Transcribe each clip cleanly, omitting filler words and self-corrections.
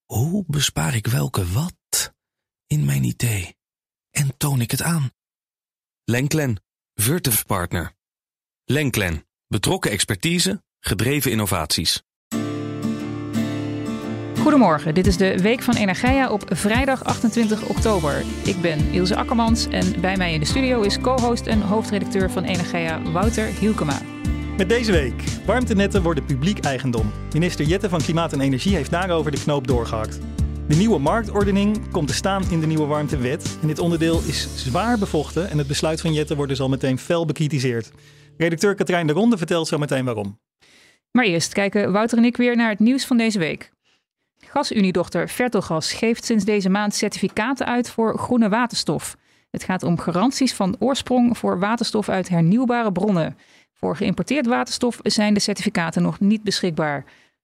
Hoe bespaar ik welke wat in mijn idee? En toon ik het aan? Lenklen, Virtuf Partner. Lenklen, betrokken expertise, gedreven innovaties. Goedemorgen, dit is de Week van Energeia op vrijdag 28 oktober. Ik ben Ilse Akkermans en bij mij in de studio is co-host en hoofdredacteur van Energeia Wouter Hielkema. Met deze week. Warmtenetten worden publiek eigendom. Minister Jette van Klimaat en Energie heeft daarover de knoop doorgehakt. De nieuwe marktordening komt te staan in de nieuwe warmtewet. En dit onderdeel is zwaar bevochten en het besluit van Jette wordt dus al meteen fel bekritiseerd. Redacteur Katrijn de Ronde vertelt zo meteen waarom. Maar eerst kijken Wouter en ik weer naar het nieuws van deze week. Gasuniedochter Vertelgas geeft sinds deze maand certificaten uit voor groene waterstof. Het gaat om garanties van oorsprong voor waterstof uit hernieuwbare bronnen. Voor geïmporteerd waterstof zijn de certificaten nog niet beschikbaar.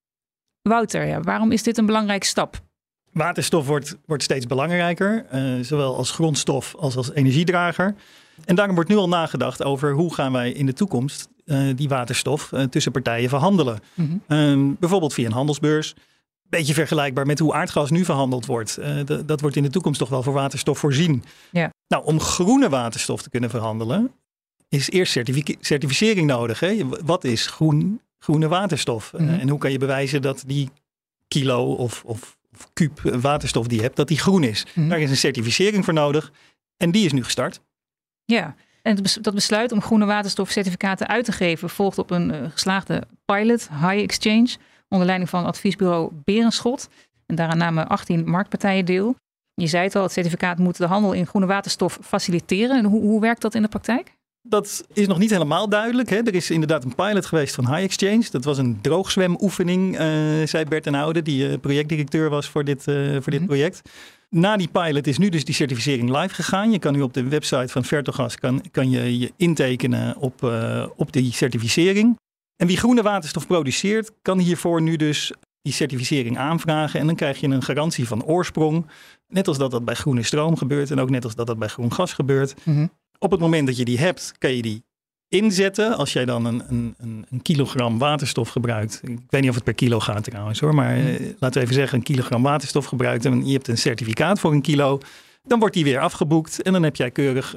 Wouter, waarom is dit een belangrijke stap? Waterstof wordt steeds belangrijker, zowel als grondstof als energiedrager. En daarom wordt nu al nagedacht over hoe gaan wij in de toekomst die waterstof tussen partijen verhandelen. Mm-hmm. Bijvoorbeeld via een handelsbeurs. Beetje vergelijkbaar met hoe aardgas nu verhandeld wordt. Dat wordt in de toekomst toch wel voor waterstof voorzien. Ja. Nou, om groene waterstof te kunnen verhandelen is eerst certificering nodig. Hè? Wat is groene waterstof? Mm-hmm. En hoe kan je bewijzen dat die kilo of kuub waterstof die je hebt, dat die groen is? Mm-hmm. Daar is een certificering voor nodig en die is nu gestart. Ja, en dat besluit om groene waterstofcertificaten uit te geven volgt op een geslaagde pilot, High Exchange, onder leiding van adviesbureau Berenschot. En daaraan namen 18 marktpartijen deel. Je zei het al, het certificaat moet de handel in groene waterstof faciliteren. En hoe werkt dat in de praktijk? Dat is nog niet helemaal duidelijk. Hè? Er is inderdaad een pilot geweest van High Exchange. Dat was een droogzwemoefening, zei Bert ten Oude, die projectdirecteur was voor dit project. Na die pilot is nu dus die certificering live gegaan. Je kan nu op de website van Vertelgas kan je intekenen op die certificering. En wie groene waterstof produceert, kan hiervoor nu dus die certificering aanvragen. En dan krijg je een garantie van oorsprong. Net als dat bij groene stroom gebeurt en ook net als dat bij groen gas gebeurt. Mm-hmm. Op het moment dat je die hebt, kan je die inzetten. Als jij dan een kilogram waterstof gebruikt. Ik weet niet of het per kilo gaat trouwens hoor. Maar laten we even zeggen een kilogram waterstof gebruikt. En je hebt een certificaat voor 1 kilo. Dan wordt die weer afgeboekt. En dan heb jij keurig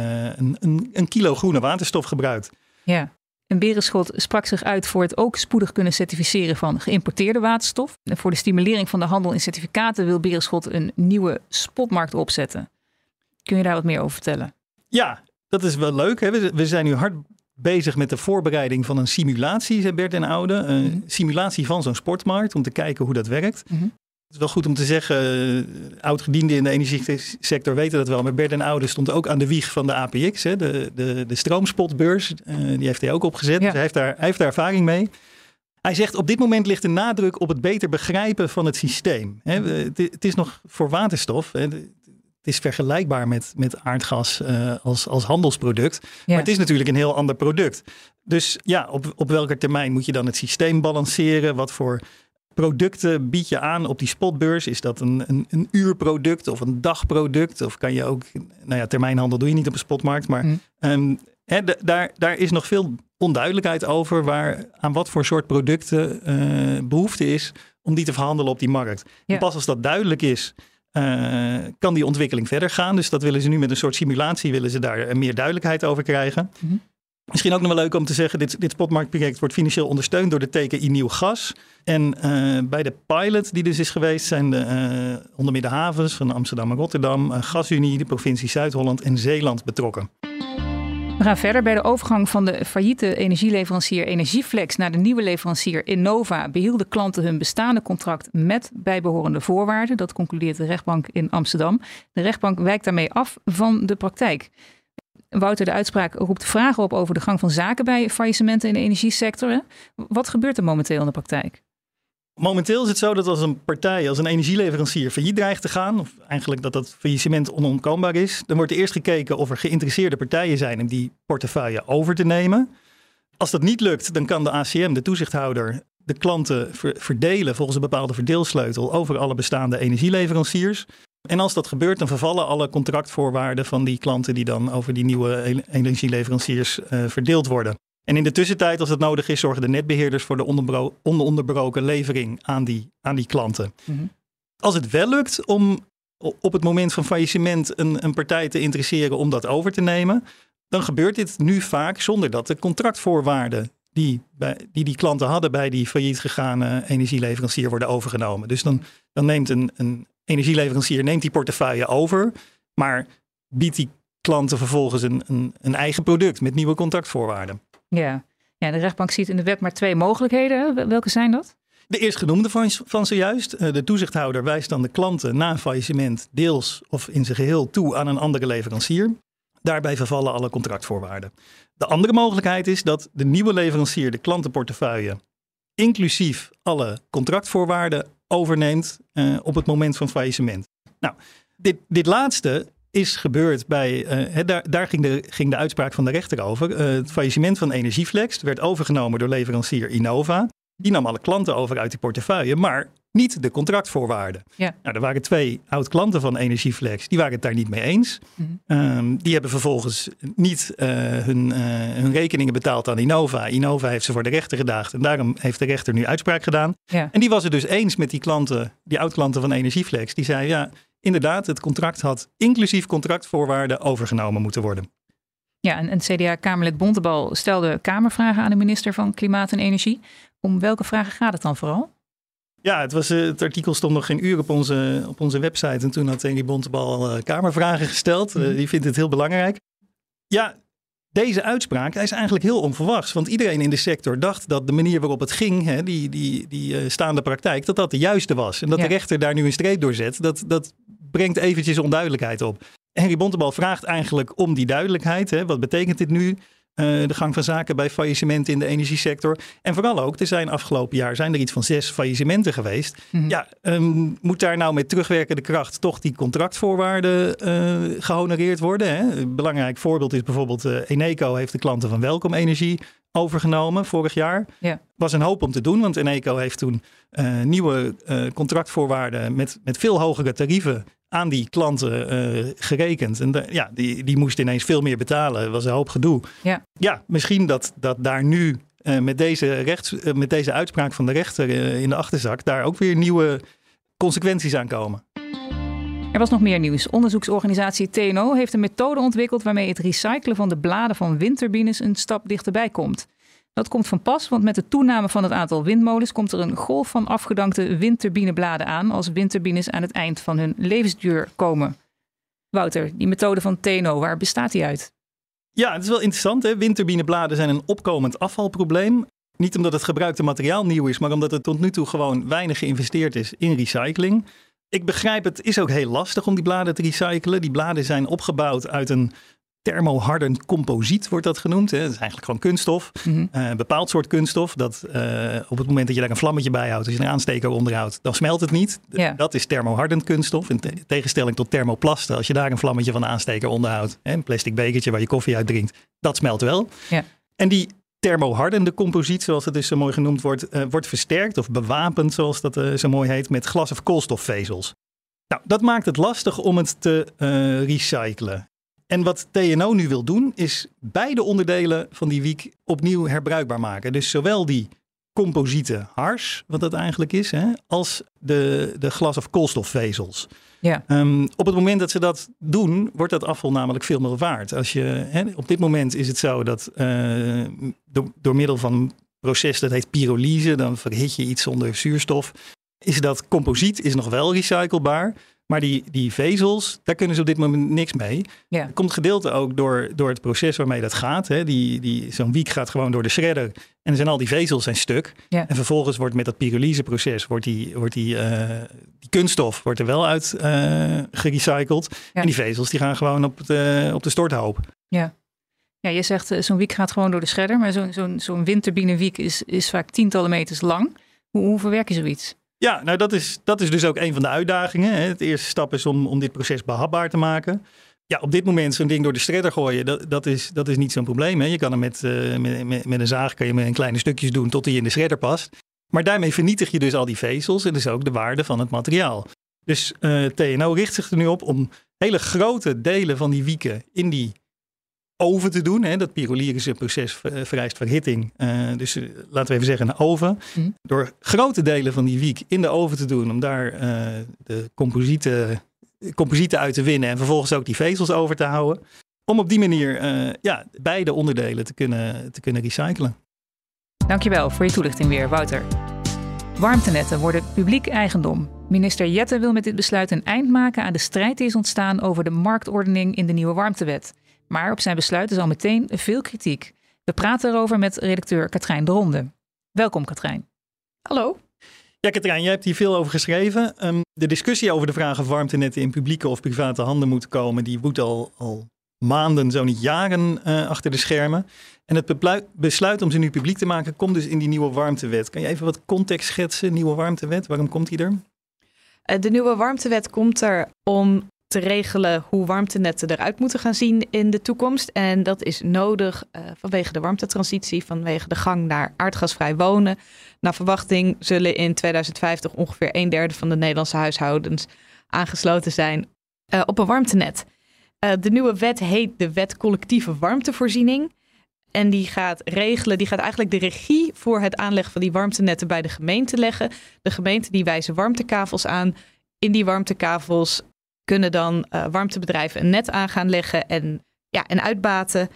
een kilo groene waterstof gebruikt. Ja. En Berenschot sprak zich uit voor het ook spoedig kunnen certificeren van geïmporteerde waterstof. En voor de stimulering van de handel in certificaten wil Berenschot een nieuwe spotmarkt opzetten. Kun je daar wat meer over vertellen? Ja, dat is wel leuk. Hè? We zijn nu hard bezig met de voorbereiding van een simulatie, zei Bert ten Oude. Een simulatie van zo'n sportmarkt om te kijken hoe dat werkt. Mm-hmm. Het is wel goed om te zeggen, oud-gedienden in de energiesector weten dat wel. Maar Bert ten Oude stond ook aan de wieg van de APX, hè, de stroomspotbeurs. Die heeft hij ook opgezet. Ja. Dus hij heeft daar ervaring mee. Hij zegt, op dit moment ligt de nadruk op het beter begrijpen van het systeem. Het is nog voor waterstof. Het is vergelijkbaar met aardgas als handelsproduct. Ja. Maar het is natuurlijk een heel ander product. Dus ja, op welke termijn moet je dan het systeem balanceren? Wat voor producten bied je aan op die spotbeurs? Is dat een uurproduct of een dagproduct? Of kan je ook, termijnhandel doe je niet op een spotmarkt. Maar daar is nog veel onduidelijkheid over aan wat voor soort producten behoefte is om die te verhandelen op die markt. Ja. En pas als dat duidelijk is, kan die ontwikkeling verder gaan. Dus dat willen ze nu met een soort simulatie, willen ze daar meer duidelijkheid over krijgen. Mm-hmm. Misschien ook nog wel leuk om te zeggen, dit spotmarktproject wordt financieel ondersteund door de TKI Nieuw Gas. En bij de pilot die dus is geweest zijn onder meer de havens van Amsterdam en Rotterdam, Gasunie, de provincie Zuid-Holland en Zeeland betrokken. We gaan verder. Bij de overgang van de failliete energieleverancier Energieflex naar de nieuwe leverancier Innova behielden klanten hun bestaande contract met bijbehorende voorwaarden. Dat concludeert de rechtbank in Amsterdam. De rechtbank wijkt daarmee af van de praktijk. Wouter, de uitspraak roept vragen op over de gang van zaken bij faillissementen in de energiesector. Hè? Wat gebeurt er momenteel in de praktijk? Momenteel is het zo dat als een energieleverancier failliet dreigt te gaan, of eigenlijk dat faillissement onontkoombaar is, dan wordt er eerst gekeken of er geïnteresseerde partijen zijn om die portefeuille over te nemen. Als dat niet lukt, dan kan de ACM, de toezichthouder, de klanten verdelen volgens een bepaalde verdeelsleutel over alle bestaande energieleveranciers. En als dat gebeurt, dan vervallen alle contractvoorwaarden van die klanten die dan over die nieuwe energieleveranciers verdeeld worden. En in de tussentijd, als het nodig is, zorgen de netbeheerders voor de ononderbroken levering aan die klanten. Mm-hmm. Als het wel lukt om op het moment van faillissement een partij te interesseren om dat over te nemen, dan gebeurt dit nu vaak zonder dat de contractvoorwaarden die klanten hadden bij die failliet gegane energieleverancier worden overgenomen. Dus dan neemt een energieleverancier die portefeuille over, maar biedt die klanten vervolgens een eigen product met nieuwe contractvoorwaarden. Ja, de rechtbank ziet in de wet maar 2 mogelijkheden. Welke zijn dat? De eerstgenoemde van zojuist. De toezichthouder wijst dan de klanten na een faillissement deels of in zijn geheel toe aan een andere leverancier. Daarbij vervallen alle contractvoorwaarden. De andere mogelijkheid is dat de nieuwe leverancier de klantenportefeuille inclusief alle contractvoorwaarden overneemt op het moment van faillissement. Nou, dit laatste is gebeurd bij, daar ging de uitspraak van de rechter over. Het faillissement van Energieflex werd overgenomen door leverancier Innova. Die nam alle klanten over uit die portefeuille, maar niet de contractvoorwaarden. Ja. Nou, er waren 2 oud-klanten van Energieflex, die waren het daar niet mee eens. Mm-hmm. Die hebben vervolgens niet hun rekeningen betaald aan Innova. Innova heeft ze voor de rechter gedaagd en daarom heeft de rechter nu uitspraak gedaan. Ja. En die was het dus eens met die klanten, die oud-klanten van Energieflex. Die zei, ja, inderdaad, het contract had inclusief contractvoorwaarden overgenomen moeten worden. Ja, en CDA-Kamerlid Bontebal stelde Kamervragen aan de minister van Klimaat en Energie. Om welke vragen gaat het dan vooral? Ja, het artikel stond nog geen uur op onze website. En toen had Henry Bontebal Kamervragen gesteld. Die vindt het heel belangrijk. Ja, deze uitspraak is eigenlijk heel onverwachts. Want iedereen in de sector dacht dat de manier waarop het ging, die staande praktijk, dat de juiste was. En dat de rechter daar nu een streep door zet, dat brengt eventjes onduidelijkheid op. Henry Bontebal vraagt eigenlijk om die duidelijkheid. Wat betekent dit nu? De gang van zaken bij faillissementen in de energiesector. En vooral ook, afgelopen jaar zijn er iets van 6 faillissementen geweest. Mm-hmm. Ja, moet daar nou met terugwerkende kracht toch die contractvoorwaarden gehonoreerd worden? Hè? Een belangrijk voorbeeld is bijvoorbeeld Eneco heeft de klanten van Welkom Energie overgenomen vorig jaar. Ja. Was een hoop om te doen, want Eneco heeft toen nieuwe contractvoorwaarden met veel hogere tarieven aan die klanten gerekend. En die moest ineens veel meer betalen. Dat was een hoop gedoe. Ja, misschien dat daar nu met deze uitspraak van de rechter in de achterzak daar ook weer nieuwe consequenties aan komen. Er was nog meer nieuws. Onderzoeksorganisatie TNO heeft een methode ontwikkeld waarmee het recyclen van de bladen van windturbines een stap dichterbij komt. Dat komt van pas, want met de toename van het aantal windmolens komt er een golf van afgedankte windturbinebladen aan als windturbines aan het eind van hun levensduur komen. Wouter, die methode van TNO, waar bestaat die uit? Ja, het is wel interessant. Hè? Windturbinebladen zijn een opkomend afvalprobleem. Niet omdat het gebruikte materiaal nieuw is, maar omdat er tot nu toe gewoon weinig geïnvesteerd is in recycling. Ik begrijp, het is ook heel lastig om die bladen te recyclen. Die bladen zijn opgebouwd uit een thermohardend composiet, wordt dat genoemd. Hè. Dat is eigenlijk gewoon kunststof. Mm-hmm. Een bepaald soort kunststof. Dat op het moment dat je daar een vlammetje bij houdt, als je een aansteker onderhoudt, dan smelt het niet. Ja. Dat is thermohardend kunststof. In tegenstelling tot thermoplasten. Als je daar een vlammetje van de aansteker onderhoudt, een plastic bekertje waar je koffie uit drinkt, dat smelt wel. Ja. En die thermohardende composiet, zoals het dus zo mooi genoemd wordt, wordt versterkt of bewapend, zoals dat zo mooi heet, met glas- of koolstofvezels. Nou, dat maakt het lastig om het te recyclen. En wat TNO nu wil doen, is beide onderdelen van die wiek opnieuw herbruikbaar maken. Dus zowel die composiete hars, wat dat eigenlijk is, als de glas- of koolstofvezels. Ja. Op het moment dat ze dat doen, wordt dat afval namelijk veel meer waard. Op dit moment is het zo dat door middel van een proces dat heet pyrolyse, dan verhit je iets zonder zuurstof, is dat composiet is nog wel recyclebaar. Maar die vezels, daar kunnen ze op dit moment niks mee. Ja. Er komt gedeelte ook door het proces waarmee dat gaat. Hè. Zo'n wiek gaat gewoon door de shredder. En al die vezels zijn stuk. Ja. En vervolgens wordt met dat pyrolyseproces wordt die kunststof wordt er wel uit gerecycled. Ja. En die vezels die gaan gewoon op de storthoop. Ja. Ja, je zegt zo'n wiek gaat gewoon door de shredder. Maar zo'n windturbinewiek is vaak tientallen meters lang. Hoe verwerk je zoiets? Ja, nou dat is dus ook een van de uitdagingen. Hè. Het eerste stap is om dit proces behapbaar te maken. Ja, op dit moment zo'n ding door de shredder gooien, dat is niet zo'n probleem. Hè. Je kan hem met een zaag kan je met kleine stukjes doen tot hij in de shredder past. Maar daarmee vernietig je dus al die vezels en dus ook de waarde van het materiaal. Dus TNO richt zich er nu op om hele grote delen van die wieken in die oven te doen. Hè. Dat pyrolytische proces vereist verhitting. Dus laten we even zeggen een oven. Door grote delen van die wiek in de oven te doen. Om daar de composieten uit te winnen. En vervolgens ook die vezels over te houden. Om op die manier beide onderdelen te kunnen recyclen. Dankjewel voor je toelichting weer, Wouter. Warmtenetten worden publiek eigendom. Minister Jette wil met dit besluit een eind maken aan de strijd die is ontstaan over de marktordening in de nieuwe warmtewet. Maar op zijn besluit is al meteen veel kritiek. We praten erover met redacteur Katrijn de Ronde. Welkom, Katrijn. Hallo. Ja, Katrijn, jij hebt hier veel over geschreven. De discussie over de vraag of warmtenetten in publieke of private handen moeten komen, die woedt al maanden, zo niet jaren achter de schermen. En het besluit om ze nu publiek te maken komt dus in die nieuwe warmtewet. Kan je even wat context schetsen, nieuwe warmtewet? Waarom komt die er? De nieuwe warmtewet komt er om te regelen hoe warmtenetten eruit moeten gaan zien in de toekomst. En dat is nodig vanwege de warmtetransitie, vanwege de gang naar aardgasvrij wonen. Naar verwachting zullen in 2050 ongeveer 1/3 van de Nederlandse huishoudens aangesloten zijn op een warmtenet. De nieuwe wet heet de Wet Collectieve Warmtevoorziening. En die gaat eigenlijk de regie voor het aanleggen van die warmtenetten bij de gemeente leggen. De gemeente die wijzen warmtekavels aan. In die warmtekavels kunnen dan warmtebedrijven een net aan gaan leggen en uitbaten.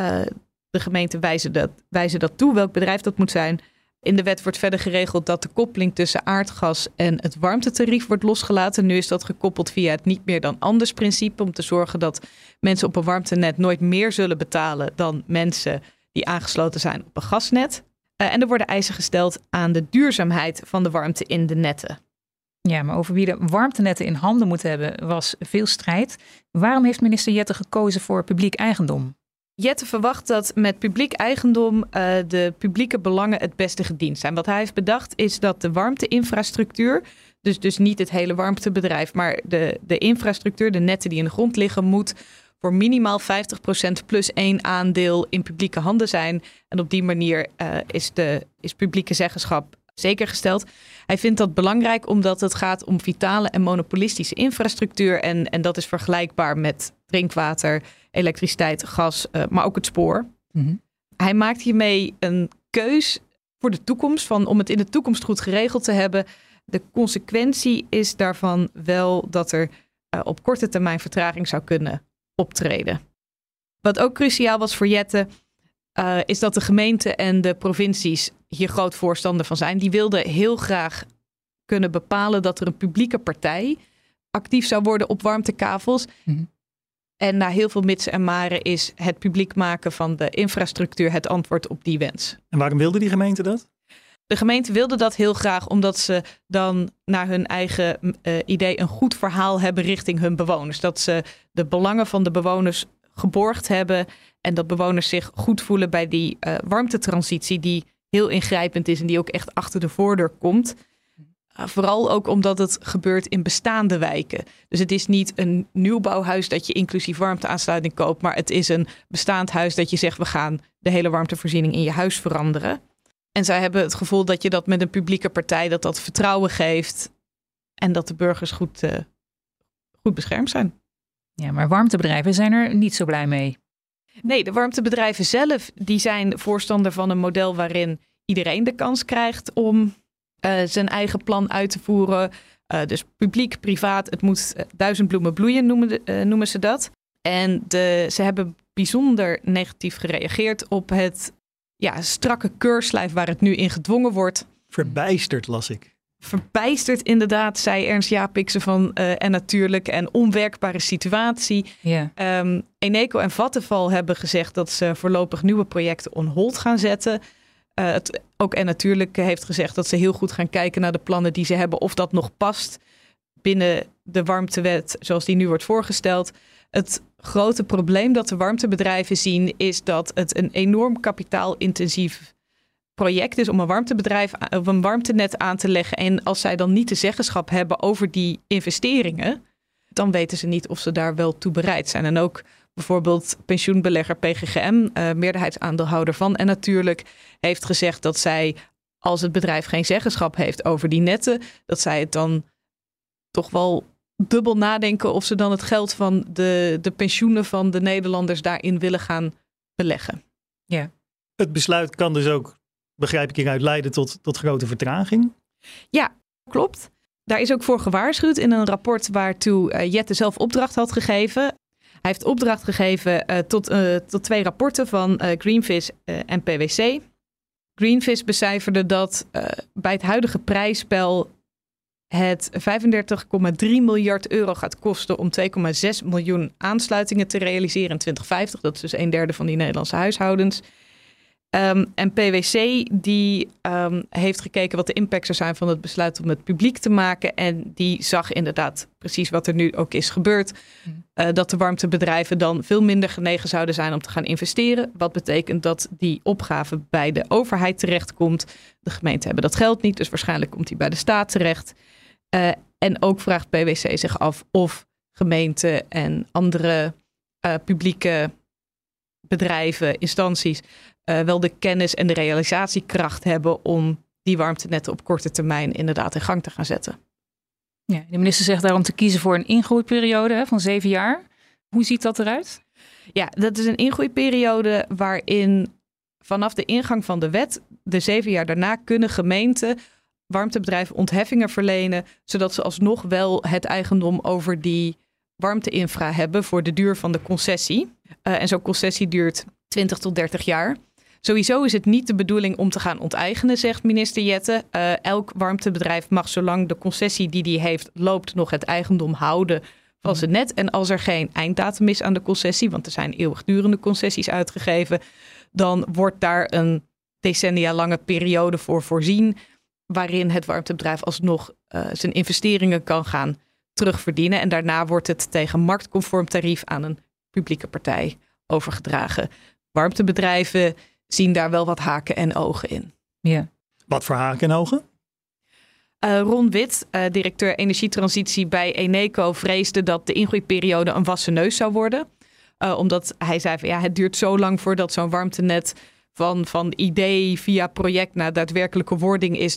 De gemeenten wijzen dat toe, welk bedrijf dat moet zijn. In de wet wordt verder geregeld dat de koppeling tussen aardgas en het warmtetarief wordt losgelaten. Nu is dat gekoppeld via het niet meer dan anders principe. Om te zorgen dat mensen op een warmtenet nooit meer zullen betalen dan mensen die aangesloten zijn op een gasnet. En er worden eisen gesteld aan de duurzaamheid van de warmte in de netten. Ja, maar over wie de warmtenetten in handen moet hebben was veel strijd. Waarom heeft minister Jette gekozen voor publiek eigendom? Jette verwacht dat met publiek eigendom de publieke belangen het beste gediend zijn. Wat hij heeft bedacht is dat de warmteinfrastructuur, dus niet het hele warmtebedrijf, maar de infrastructuur, de netten die in de grond liggen, moet voor minimaal 50% plus 1 aandeel in publieke handen zijn. En op die manier is publieke zeggenschap zeker gesteld. Hij vindt dat belangrijk omdat het gaat om vitale en monopolistische infrastructuur. En dat is vergelijkbaar met drinkwater, elektriciteit, gas, maar ook het spoor. Mm-hmm. Hij maakt hiermee een keus voor de toekomst, om het in de toekomst goed geregeld te hebben. De consequentie is daarvan wel dat er op korte termijn vertraging zou kunnen optreden. Wat ook cruciaal was voor Jette, is dat de gemeenten en de provincies hier groot voorstander van zijn. Die wilden heel graag kunnen bepalen dat er een publieke partij actief zou worden op warmtekavels. Mm-hmm. En na heel veel mitsen en maren is het publiek maken van de infrastructuur het antwoord op die wens. En waarom wilde die gemeente dat? De gemeente wilde dat heel graag omdat ze dan naar hun eigen idee een goed verhaal hebben richting hun bewoners. Dat ze de belangen van de bewoners geborgd hebben en dat bewoners zich goed voelen bij die warmtetransitie die heel ingrijpend is en die ook echt achter de voordeur komt. Vooral ook omdat het gebeurt in bestaande wijken. Dus het is niet een nieuwbouwhuis dat je inclusief warmteaansluiting koopt, maar het is een bestaand huis dat je zegt we gaan de hele warmtevoorziening in je huis veranderen. En zij hebben het gevoel dat je dat met een publieke partij dat vertrouwen geeft en dat de burgers goed beschermd zijn. Ja, maar warmtebedrijven zijn er niet zo blij mee. Nee, de warmtebedrijven zelf die zijn voorstander van een model waarin iedereen de kans krijgt om zijn eigen plan uit te voeren. Dus publiek, privaat, het moet 1000 bloemen bloeien noemen ze dat. En ze hebben bijzonder negatief gereageerd op het strakke keurslijf waar het nu in gedwongen wordt. Verbijsterd las ik. Verbijsterd inderdaad, zei Ernst Japikse van En Natuurlijk en onwerkbare situatie. Yeah. Eneco en Vattenfall hebben gezegd dat ze voorlopig nieuwe projecten on hold gaan zetten. Ook En Natuurlijk heeft gezegd dat ze heel goed gaan kijken naar de plannen die ze hebben, of dat nog past binnen de warmtewet zoals die nu wordt voorgesteld. Het grote probleem dat de warmtebedrijven zien is dat het een enorm kapitaalintensief project is om een warmtenet aan te leggen. En als zij dan niet de zeggenschap hebben over die investeringen, dan weten ze niet of ze daar wel toe bereid zijn. En ook bijvoorbeeld pensioenbelegger PGGM, meerderheidsaandeelhouder van En Natuurlijk, heeft gezegd dat zij, als het bedrijf geen zeggenschap heeft over die netten, dat zij het dan toch wel dubbel nadenken of ze dan het geld van de pensioenen van de Nederlanders daarin willen gaan beleggen. Ja. Het besluit kan dus ook, begrijp ik hieruit, leiden tot grote vertraging. Ja, klopt. Daar is ook voor gewaarschuwd in een rapport waartoe Jette zelf opdracht had gegeven. Hij heeft opdracht gegeven tot 2 rapporten van Greenfis en PwC. Greenfis becijferde dat bij het huidige prijsspel het 35,3 miljard euro gaat kosten om 2,6 miljoen aansluitingen te realiseren in 2050. Dat is dus 1/3 van die Nederlandse huishoudens. En PwC die heeft gekeken wat de impact zou zijn van het besluit om het publiek te maken. En die zag inderdaad precies wat er nu ook is gebeurd. Dat de warmtebedrijven dan veel minder genegen zouden zijn om te gaan investeren. Wat betekent dat die opgave bij de overheid terechtkomt. De gemeenten hebben dat geld niet, dus waarschijnlijk komt die bij de staat terecht. En ook vraagt PwC zich af of gemeenten en andere publieke bedrijven, instanties, wel de kennis en de realisatiekracht hebben om die warmtenetten op korte termijn inderdaad in gang te gaan zetten. Ja, de minister zegt daarom te kiezen voor een ingroeiperiode van 7 jaar. Hoe ziet dat eruit? Ja, dat is een ingroeiperiode waarin vanaf de ingang van de wet, de 7 jaar daarna, kunnen gemeenten warmtebedrijven ontheffingen verlenen, zodat ze alsnog wel het eigendom over die warmteinfra hebben voor de duur van de concessie. En zo'n concessie duurt 20 tot 30 jaar. Sowieso is het niet de bedoeling om te gaan onteigenen, zegt minister Jette. Elk warmtebedrijf mag, zolang de concessie die die heeft loopt, nog het eigendom houden van zijn net. En als er geen einddatum is aan de concessie, want er zijn eeuwigdurende concessies uitgegeven, dan wordt daar een decennia lange periode voor voorzien, waarin het warmtebedrijf alsnog zijn investeringen kan gaan terugverdienen. En daarna wordt het tegen marktconform tarief aan een publieke partij overgedragen. Warmtebedrijven zien daar wel wat haken en ogen in. Ja. Wat voor haken en ogen? Ron Wit, directeur energietransitie bij Eneco, vreesde dat de ingroeiperiode een wassen neus zou worden. Omdat hij zei van het duurt zo lang voordat zo'n warmtenet van idee via project naar daadwerkelijke wording is,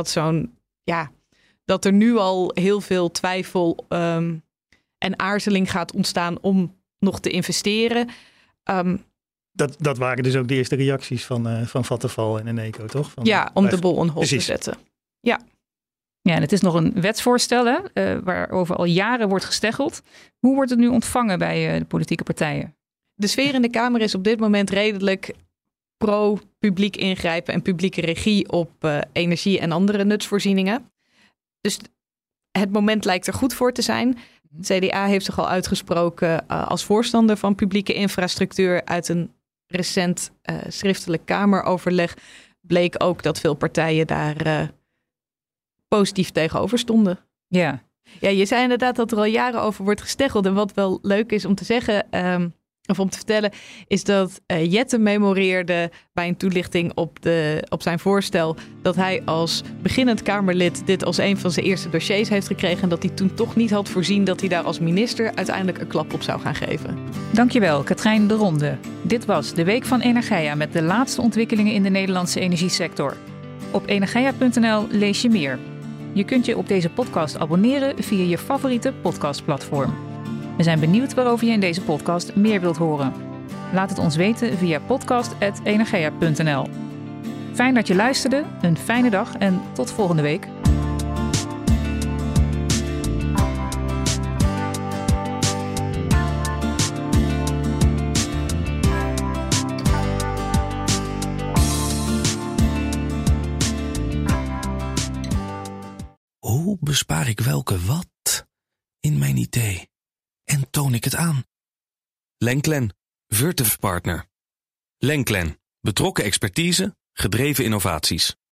dat er nu al heel veel twijfel en aarzeling gaat ontstaan om nog te investeren. Dat waren dus ook de eerste reacties van Vattenfall en Eneco, toch? Om de bol on hold te zetten. Ja. Ja, en het is nog een wetsvoorstel waarover al jaren wordt gesteggeld. Hoe wordt het nu ontvangen bij de politieke partijen? De sfeer in de Kamer is op dit moment redelijk pro-publiek ingrijpen en publieke regie op energie en andere nutsvoorzieningen. Dus het moment lijkt er goed voor te zijn. Het CDA heeft zich al uitgesproken als voorstander van publieke infrastructuur. Uit een recent schriftelijk Kameroverleg bleek ook dat veel partijen daar positief tegenover stonden. Ja. Ja, je zei inderdaad dat er al jaren over wordt gesteggeld. En wat wel leuk is om te zeggen, of om te vertellen, is dat Jette memoreerde bij een toelichting op zijn voorstel dat hij als beginnend Kamerlid dit als een van zijn eerste dossiers heeft gekregen en dat hij toen toch niet had voorzien dat hij daar als minister uiteindelijk een klap op zou gaan geven. Dankjewel, Katrijn de Ronde. Dit was de Week van Energeia met de laatste ontwikkelingen in de Nederlandse energiesector. Op energeia.nl lees je meer. Je kunt je op deze podcast abonneren via je favoriete podcastplatform. We zijn benieuwd waarover je in deze podcast meer wilt horen. Laat het ons weten via podcast@energeia.nl. Fijn dat je luisterde, een fijne dag en tot volgende week. Hoe bespaar ik welke wat in mijn idee? En toon ik het aan? Lenklen, Virtuf Partner. Lenklen, betrokken expertise, gedreven innovaties.